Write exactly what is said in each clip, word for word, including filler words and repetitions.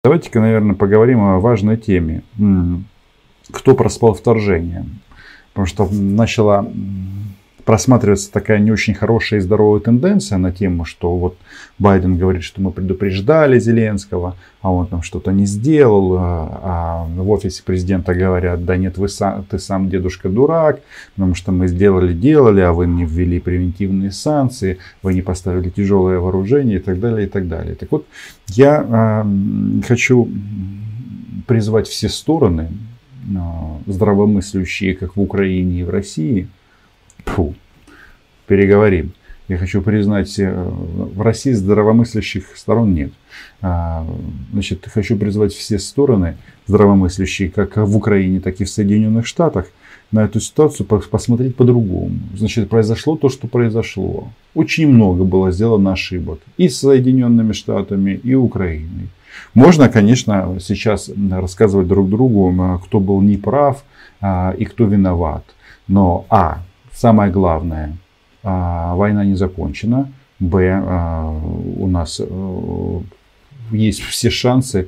Давайте-ка, наверное, поговорим о важной теме. Кто проспал вторжение? Потому что начала просматриваться такая не очень хорошая и здоровая тенденция на тему, что вот Байден говорит, что мы предупреждали Зеленского, а он там что-то не сделал. А в офисе президента говорят: да нет, вы сам, ты сам, дедушка, дурак, потому что мы сделали, делали, а вы не ввели превентивные санкции, вы не поставили тяжелое вооружение и так далее, и так далее. Так вот, я э, хочу призвать все стороны, э, здравомыслящие как в Украине и в России. Фу, переговорим. Я хочу признать, в России здравомыслящих сторон нет. Значит, хочу призвать все стороны здравомыслящие, как в Украине, так и в Соединенных Штатах, на эту ситуацию посмотреть по-другому. Значит, произошло то, что произошло. Очень много было сделано ошибок и с Соединенными Штатами, и Украиной. Можно, конечно, сейчас рассказывать друг другу, кто был неправ и кто виноват. Но а. Самое главное, война не закончена. Б. У нас есть все шансы,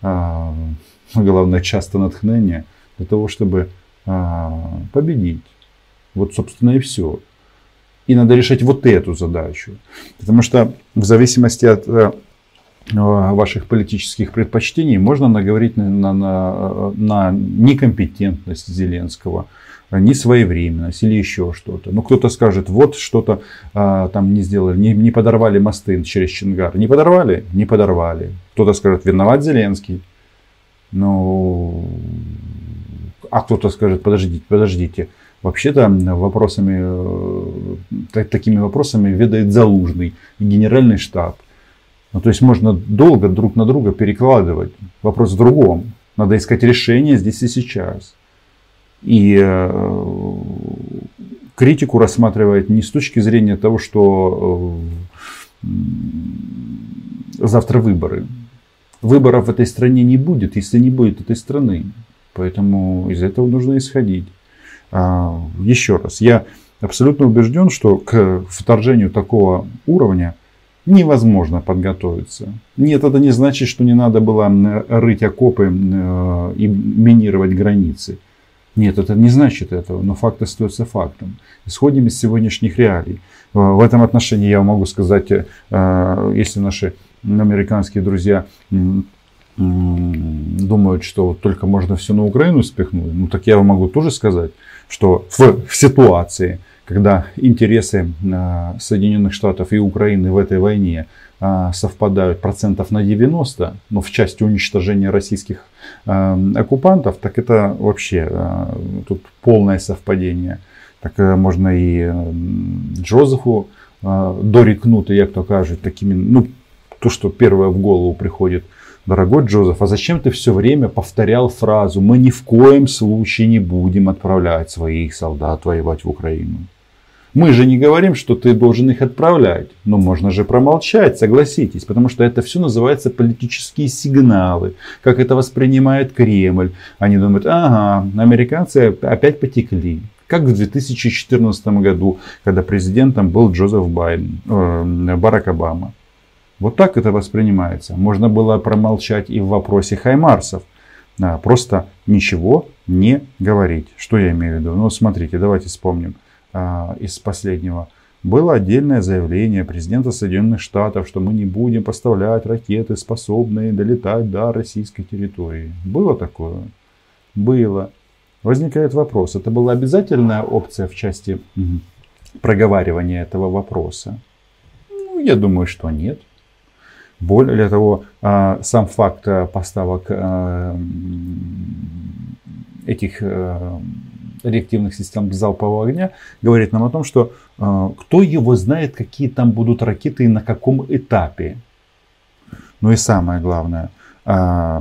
главное, часто натхнение, для того, чтобы победить. Вот, собственно, и все. И надо решать вот эту задачу. Потому что в зависимости от ваших политических предпочтений можно наговорить на, на, на, на некомпетентность Зеленского, несвоевременность или еще что-то. Ну, кто-то скажет: вот что-то а, там не сделали, не, не подорвали мосты через Чингар. Не подорвали? Не подорвали. Кто-то скажет: виноват Зеленский. Ну, а кто-то скажет: подождите, подождите. Вообще-то вопросами, такими вопросами ведает Залужный и Генеральный штаб. Ну, то есть можно долго друг на друга перекладывать. Вопрос в другом. Надо искать решение здесь и сейчас. И э, критику рассматривает не с точки зрения того, что э, завтра выборы. Выборов в этой стране не будет, если не будет этой страны. Поэтому из этого нужно исходить. А, еще раз, я абсолютно убежден, что к вторжению такого уровня невозможно подготовиться. Нет, это не значит, что не надо было рыть окопы э, и минировать границы. Нет, это не значит этого, но факт остается фактом. Исходим из сегодняшних реалий. В этом отношении я могу сказать, если наши американские друзья думают, что только можно все на Украину спихнуть, ну так я вам могу тоже сказать, что в ситуации, когда интересы Соединенных Штатов и Украины в этой войне совпадают процентов на девяносто, но в части уничтожения российских э, оккупантов, так это вообще э, тут полное совпадение. Так э, можно и э, Джозефу э, дорекнути, як то кажуть, такими, ну, то, что первое в голову приходит: дорогой Джозеф, а зачем ты все время повторял фразу: мы ни в коем случае не будем отправлять своих солдат воевать в Украину? Мы же не говорим, что ты должен их отправлять. Но можно же промолчать, согласитесь. Потому что это все называется политические сигналы. Как это воспринимает Кремль. Они думают: ага, американцы опять потекли. Как в две тысячи четырнадцатом году, когда президентом был Джозеф Байден, э, Барак Обама. Вот так это воспринимается. Можно было промолчать и в вопросе хаймарсов. А, просто ничего не говорить. Что я имею в виду? Ну, смотрите, давайте вспомним. Из последнего. Было отдельное заявление президента Соединенных Штатов, что мы не будем поставлять ракеты, способные долетать до российской территории. Было такое? Было. Возникает вопрос: это была обязательная опция в части проговаривания этого вопроса? Ну, я думаю, что нет. Более того, сам факт поставок этих реактивных систем залпового огня говорит нам о том, что э, кто его знает, какие там будут ракеты и на каком этапе. Ну и самое главное, э,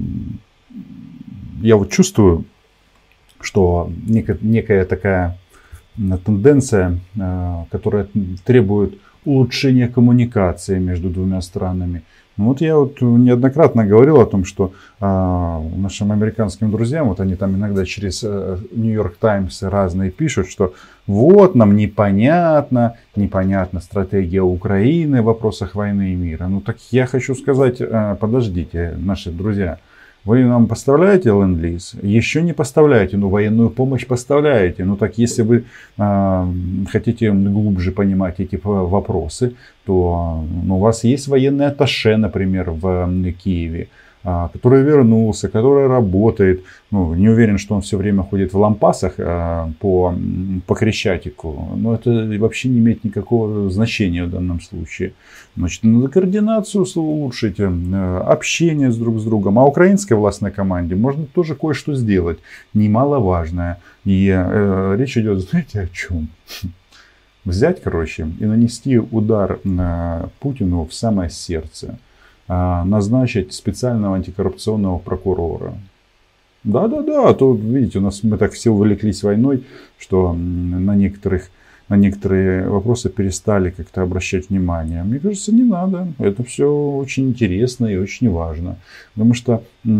я вот чувствую, что некая, некая такая тенденция, э, которая требует улучшения коммуникации между двумя странами, Ну, вот я вот неоднократно говорил о том, что а, нашим американским друзьям, вот они там иногда через Нью-Йорк Таймс разные пишут, что вот нам непонятно, непонятна стратегия Украины в вопросах войны и мира. Ну так я хочу сказать, а, подождите, наши друзья, вы нам поставляете ленд-лиз? Еще не поставляете, но военную помощь поставляете. Ну так если вы э, хотите глубже понимать эти вопросы, то ну, у вас есть военный атташе, например, в Киеве, э, который вернулся, который работает. Ну, не уверен, что он все время ходит в лампасах э, по, по Крещатику. Но это вообще не имеет никакого значения в данном случае. Значит, надо координацию улучшить, общение с друг с другом. А украинской властной команде можно тоже кое-что сделать, немаловажное. И э, речь идет, знаете, о чем? Взять, короче, и нанести удар э, Путину в самое сердце. Э, назначить специального антикоррупционного прокурора. Да-да-да, а то, видите, у нас мы так все увлеклись войной, что на некоторых... на некоторые вопросы перестали как-то обращать внимание. Мне кажется, не надо. Это все очень интересно и очень важно. Потому что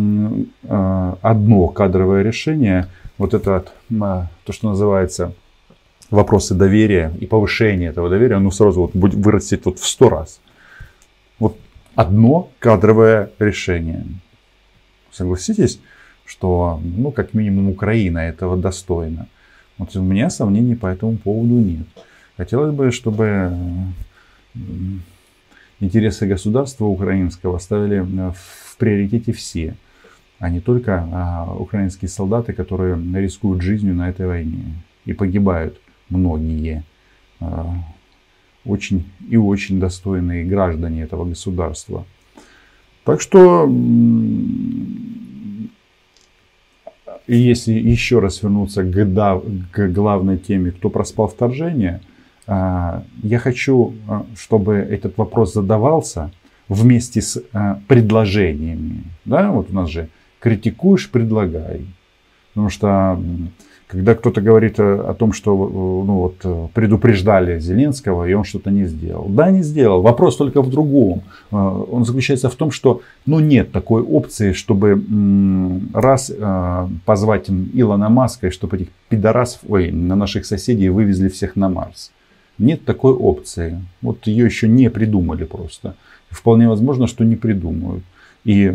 одно кадровое решение, вот это то, что называется вопросы доверия и повышение этого доверия, оно сразу вот будет вырастет вот в сто раз. Вот одно кадровое решение. Согласитесь, что ну, как минимум Украина этого достойна. Вот у меня сомнений по этому поводу нет. Хотелось бы, чтобы интересы государства украинского ставили в приоритете все, а не только украинские солдаты, которые рискуют жизнью на этой войне. И погибают многие очень и очень достойные граждане этого государства. Так что... И если еще раз вернуться к, да, к главной теме, кто проспал вторжение, я хочу, чтобы этот вопрос задавался вместе с предложениями. Да, вот у нас же критикуешь, предлагай. Потому что когда кто-то говорит о том, что ну, вот, предупреждали Зеленского, и он что-то не сделал. Да, не сделал. Вопрос только в другом. Он заключается в том, что ну, нет такой опции, чтобы раз позвать Илона Маска, и чтобы этих пидорасов, ой, на наших соседей вывезли всех на Марс. Нет такой опции. Вот ее еще не придумали просто. Вполне возможно, что не придумают. И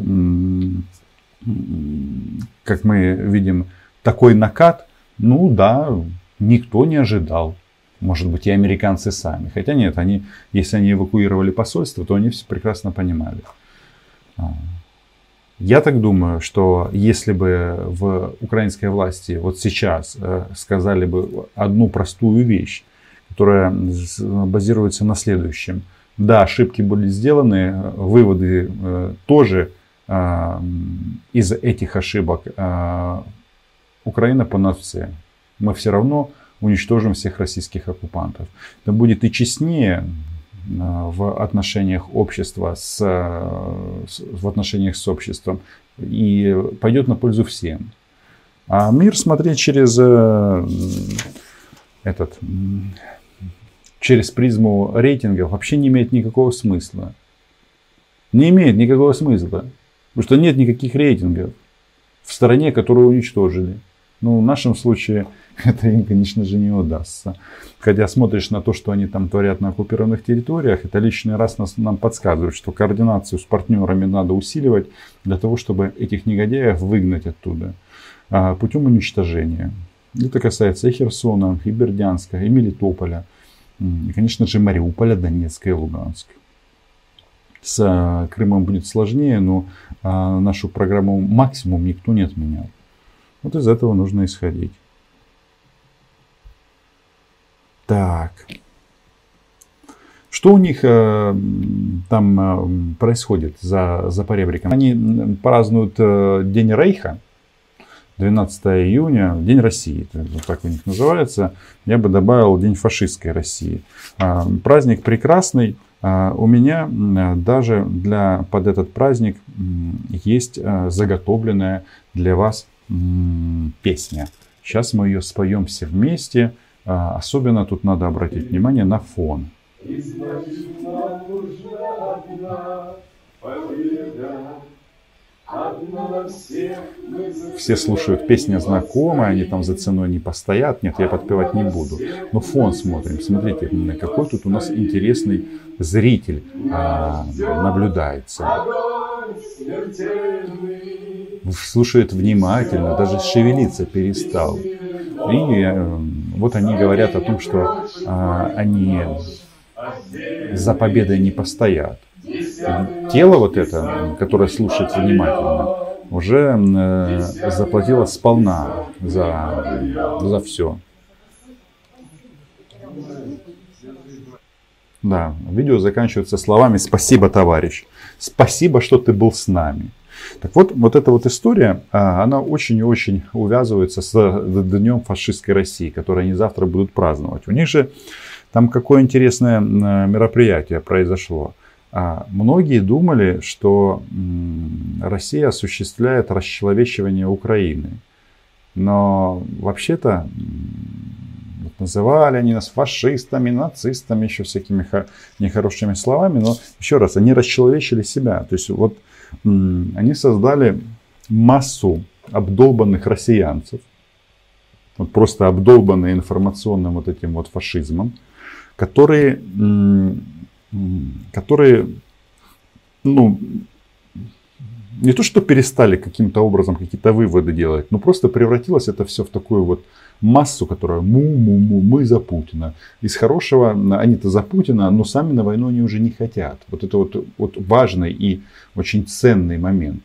как мы видим, такой накат, ну да, никто не ожидал. Может быть, и американцы сами. Хотя нет, они, если они эвакуировали посольство, то они все прекрасно понимали. Я так думаю, что если бы в украинской власти вот сейчас сказали бы одну простую вещь, которая базируется на следующем. Да, ошибки были сделаны, выводы тоже из этих ошибок. Украина по нас все. Мы все равно уничтожим всех российских оккупантов. Это будет и честнее в отношениях общества с, в отношениях с обществом и пойдет на пользу всем. А мир смотреть через этот, через призму рейтингов вообще не имеет никакого смысла. Не имеет никакого смысла. Потому что нет никаких рейтингов в стране, которую уничтожили. Ну, в нашем случае это им, конечно же, не удастся. Хотя смотришь на то, что они там творят на оккупированных территориях, это лишний раз нас, нам подсказывает, что координацию с партнерами надо усиливать для того, чтобы этих негодяев выгнать оттуда а, путем уничтожения. Это касается и Херсона, и Бердянска, и Мелитополя, и, конечно же, Мариуполя, Донецка и Луганска. С Крымом будет сложнее, но а, нашу программу максимум никто не отменял. Вот из этого нужно исходить. Так. Что у них э, там э, происходит за, за поребриком? Они празднуют э, День Рейха. двенадцатого июня, День России, вот так у них называется. Я бы добавил День фашистской России. Э, праздник прекрасный. Э, у меня э, даже для, под этот праздник э, есть э, заготовленная для вас песня. Сейчас мы ее споем все вместе. Особенно тут надо обратить внимание на фон. Все слушают, песня знакомая, они там за ценой не постоят. Нет, я подпевать не буду. Но фон смотрим. Смотрите, какой тут у нас интересный зритель а, наблюдается. Слушает внимательно, даже шевелиться перестал. И а, вот они говорят о том, что а, они за победой не постоят. Тело вот это, которое слушает внимательно, уже э, заплатило сполна за, за все. Да, видео заканчивается словами «Спасибо, товарищ! Спасибо, что ты был с нами!» Так вот, вот эта вот история, она очень и очень увязывается с Днем фашистской России, который они завтра будут праздновать. У них же там какое интересное мероприятие произошло. Многие думали, что Россия осуществляет расчеловечивание Украины. Но вообще-то называли они нас фашистами, нацистами, еще всякими нехорошими словами. Но еще раз, они расчеловечили себя. То есть вот они создали массу обдолбанных россиянцев. Вот просто обдолбанные информационным вот этим вот фашизмом. Которые... которые, ну, не то что перестали каким-то образом какие-то выводы делать, но просто превратилось это все в такую вот массу, которая му-му-му, мы за Путина. Из хорошего, они-то за Путина, но сами на войну они уже не хотят. Вот это вот, вот важный и очень ценный момент.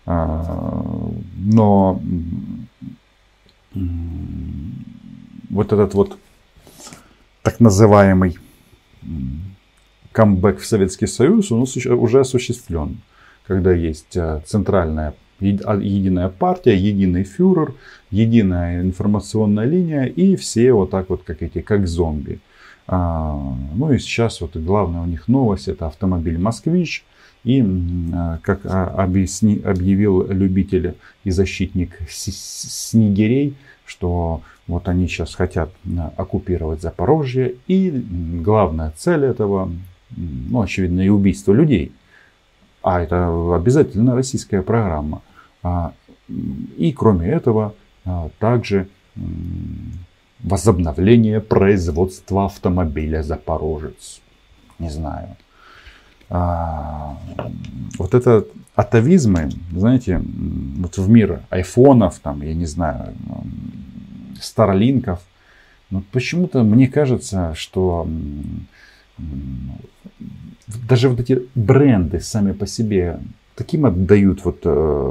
Но вот этот вот так называемый камбэк в Советский Союз у нас уже осуществлен, когда есть центральная единая партия, единый фюрер, единая информационная линия и все вот так вот как эти, как зомби. А, ну и сейчас вот главная у них новость — это автомобиль «Москвич». И, как объясни, объявил любитель и защитник снегирей, что вот они сейчас хотят оккупировать Запорожье. И главная цель этого, ну, очевидно, и убийство людей. А это обязательно российская программа. И кроме этого, также возобновление производства автомобиля «Запорожец». Не знаю. Вот это атовизмы, знаете, вот в мир айфонов, там, я не знаю, старлинков, но почему-то мне кажется, что даже вот эти бренды сами по себе таким отдают вот,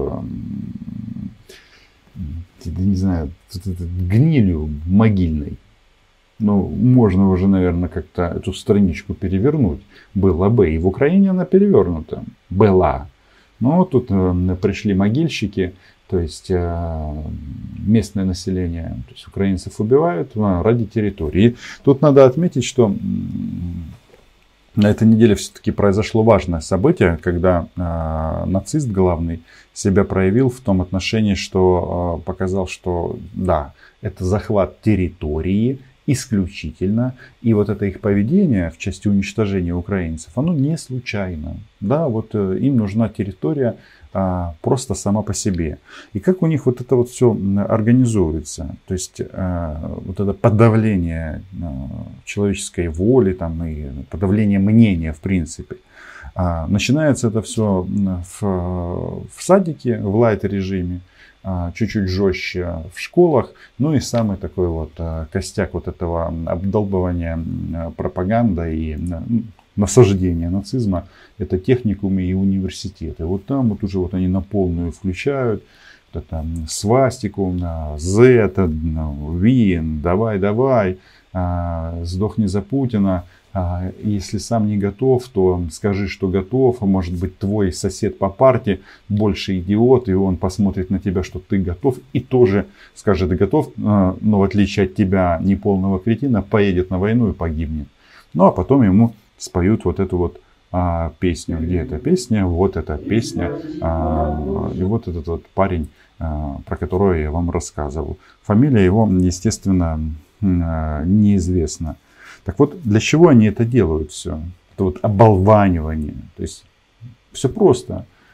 не знаю, гнилью могильной. Ну, можно уже, наверное, как-то эту страничку перевернуть. Было бы. И в Украине она перевернута. Была. Но тут э, пришли могильщики, то есть э, местное население, то есть украинцев убивают э, ради территории. И тут надо отметить, что э, на этой неделе все-таки произошло важное событие, когда э, нацист главный себя проявил в том отношении, что э, показал, что да, это захват территории, исключительно. И вот это их поведение в части уничтожения украинцев, оно не случайно. Да, вот э, им нужна территория а, просто сама по себе. И как у них вот это вот все организуется. То есть а, вот это подавление а, человеческой воли там, и подавление мнения в принципе. А, начинается это все в, в садике, в лайт-режиме. Чуть-чуть жестче в школах. Ну и самый такой вот костяк вот этого обдолбывания пропаганды и насаждения нацизма — это техникумы и университеты. Вот там вот уже вот они на полную включают вот это свастику, Z, V, давай, давай, сдохни за Путина. Если сам не готов, то скажи, что готов. А может быть, твой сосед по парте больше идиот, и он посмотрит на тебя, что ты готов, и тоже скажет готов, но в отличие от тебя, неполного кретина, поедет на войну и погибнет. Ну а потом ему споют вот эту вот а, песню. Где эта песня? Вот эта песня. А, и вот этот вот парень, а, про которого я вам рассказывал. Фамилия его, естественно, а, неизвестна. Так вот, для чего они это делают все? Это вот оболванивание. То есть, все просто.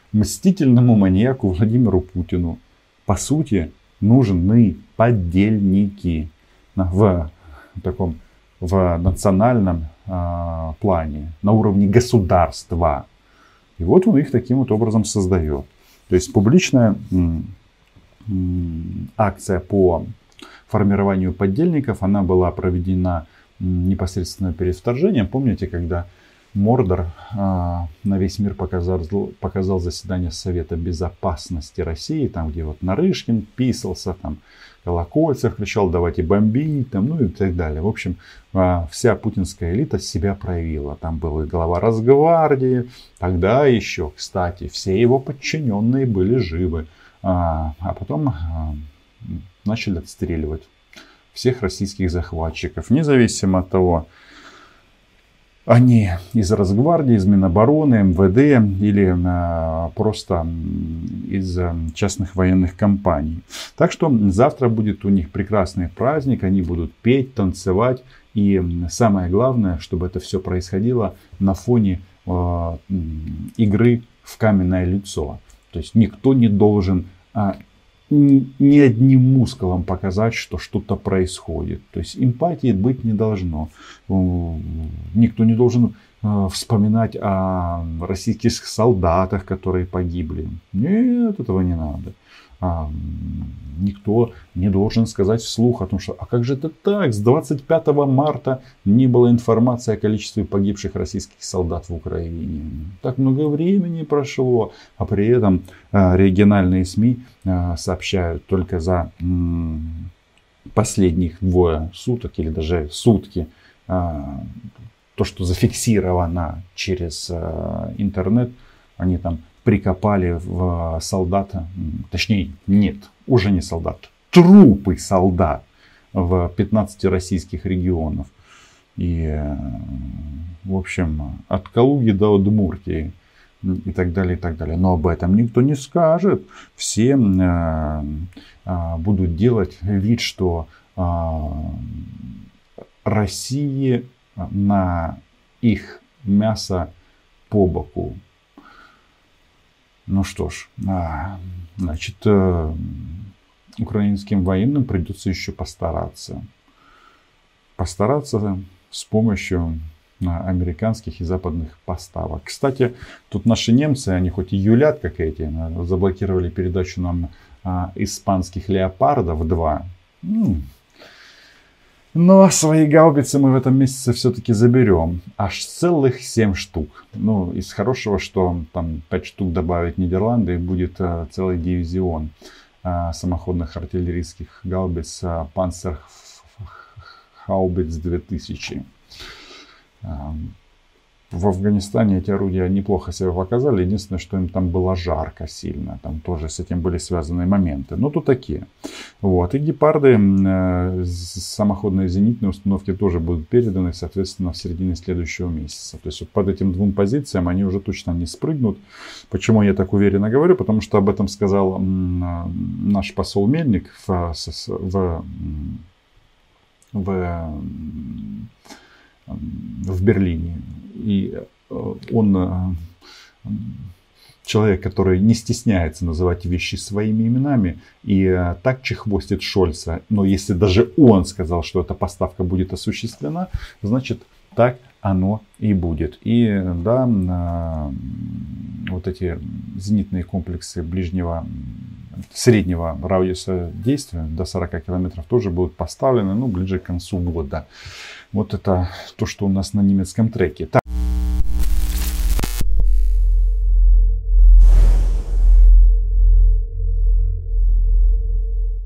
мстительному маньяку Владимиру Путину, по сути, нужны подельники в таком в национальном э, плане, на уровне государства. И вот он их таким вот образом создает. То есть публичная м, м, акция по формированию подельников, она была проведена м, непосредственно перед вторжением. Помните, когда Мордор э, на весь мир показал, показал заседание Совета Безопасности России, там где вот Нарышкин писался, там Колокольцев кричал: давайте бомбить, там, ну и так далее. В общем, э, вся путинская элита себя проявила. Там был и глава Росгвардии, тогда еще, кстати, все его подчиненные были живы. А, а потом а, начали отстреливать всех российских захватчиков, независимо от того, они из Росгвардии, из Минобороны, эм вэ дэ или а, просто из а, частных военных компаний. Так что завтра будет у них прекрасный праздник, они будут петь, танцевать. И самое главное, чтобы это все происходило на фоне а, игры в каменное лицо. То есть никто не должен а, ни, ни одним мускулом показать, что что-то происходит. То есть эмпатии быть не должно. Никто не должен а, вспоминать о российских солдатах, которые погибли. Нет, этого не надо. А, никто не должен сказать вслух о том, что а как же это так, с двадцать пятого марта не было информации о количестве погибших российских солдат в Украине. Так много времени прошло, а при этом а, региональные СМИ а, сообщают только за м, последних двое суток или даже сутки а, то, что зафиксировано через а, интернет, они там прикопали в солдата, точнее нет, уже не солдат, трупы солдат в пятнадцати российских регионах. И, в общем, от Калуги до Удмуртии и так далее, и так далее. Но об этом никто не скажет. Все э, э, будут делать вид, что э, России на их мясо по боку. Ну что ж, значит, украинским военным придется еще постараться. Постараться с помощью американских и западных поставок. Кстати, тут наши немцы, они хоть и юлят, как эти, заблокировали передачу нам испанских леопардов два. Но свои гаубицы мы в этом месяце все-таки заберем. Аж целых семь штук. Ну, из хорошего, что там пять штук добавить Нидерланды, и будет а, целый дивизион а, самоходных артиллерийских гаубиц а, Панцерхаубиц две тысячи. А, в Афганистане эти орудия неплохо себя показали. Единственное, что им там было жарко сильно. Там тоже с этим были связаны моменты. Но тут такие. Вот. И гепарды, э, самоходные зенитные установки тоже будут переданы, соответственно, в середине следующего месяца. То есть вот под этим двум позициям они уже точно не спрыгнут. Почему я так уверенно говорю? Потому что об этом сказал м, наш посол Мельник в, в, в, в Берлине. И он человек, который не стесняется называть вещи своими именами и так чехвостит Шольца. Но если даже он сказал, что эта поставка будет осуществлена, значит так оно и будет. И да, вот эти зенитные комплексы ближнего, среднего радиуса действия до сорока километров тоже будут поставлены, ну, ближе к концу года. Вот это то, что у нас на немецком треке. Так.